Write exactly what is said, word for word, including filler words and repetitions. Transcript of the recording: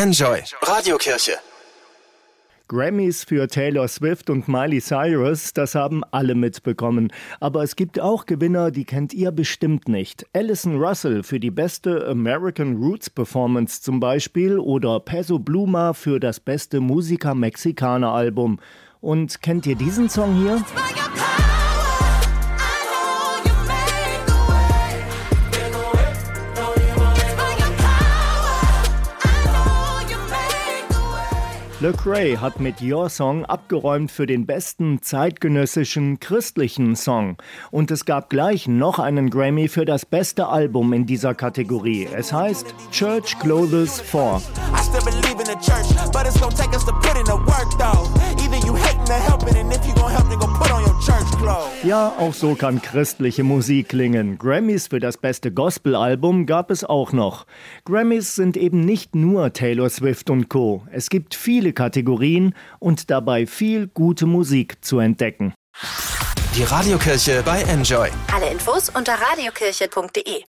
Enjoy Radiokirche. Grammys für Taylor Swift und Miley Cyrus, das haben alle mitbekommen. Aber es gibt auch Gewinner, die kennt ihr bestimmt nicht. Alison Russell für die beste American Roots Performance zum Beispiel oder Peso Pluma für das beste Musiker-Mexikaner-Album. Und kennt ihr diesen Song hier? Lecrae hat mit Your Song abgeräumt für den besten zeitgenössischen christlichen Song. Und es gab gleich noch einen Grammy für das beste Album in dieser Kategorie. Es heißt Church Clothes four. Ja, auch so kann christliche Musik klingen. Grammys für das beste Gospel-Album gab es auch noch. Grammys sind eben nicht nur Taylor Swift und Co. Es gibt viele Kategorien und dabei viel gute Musik zu entdecken. Die Radiokirche bei Enjoy. Alle Infos unter radiokirche punkt de.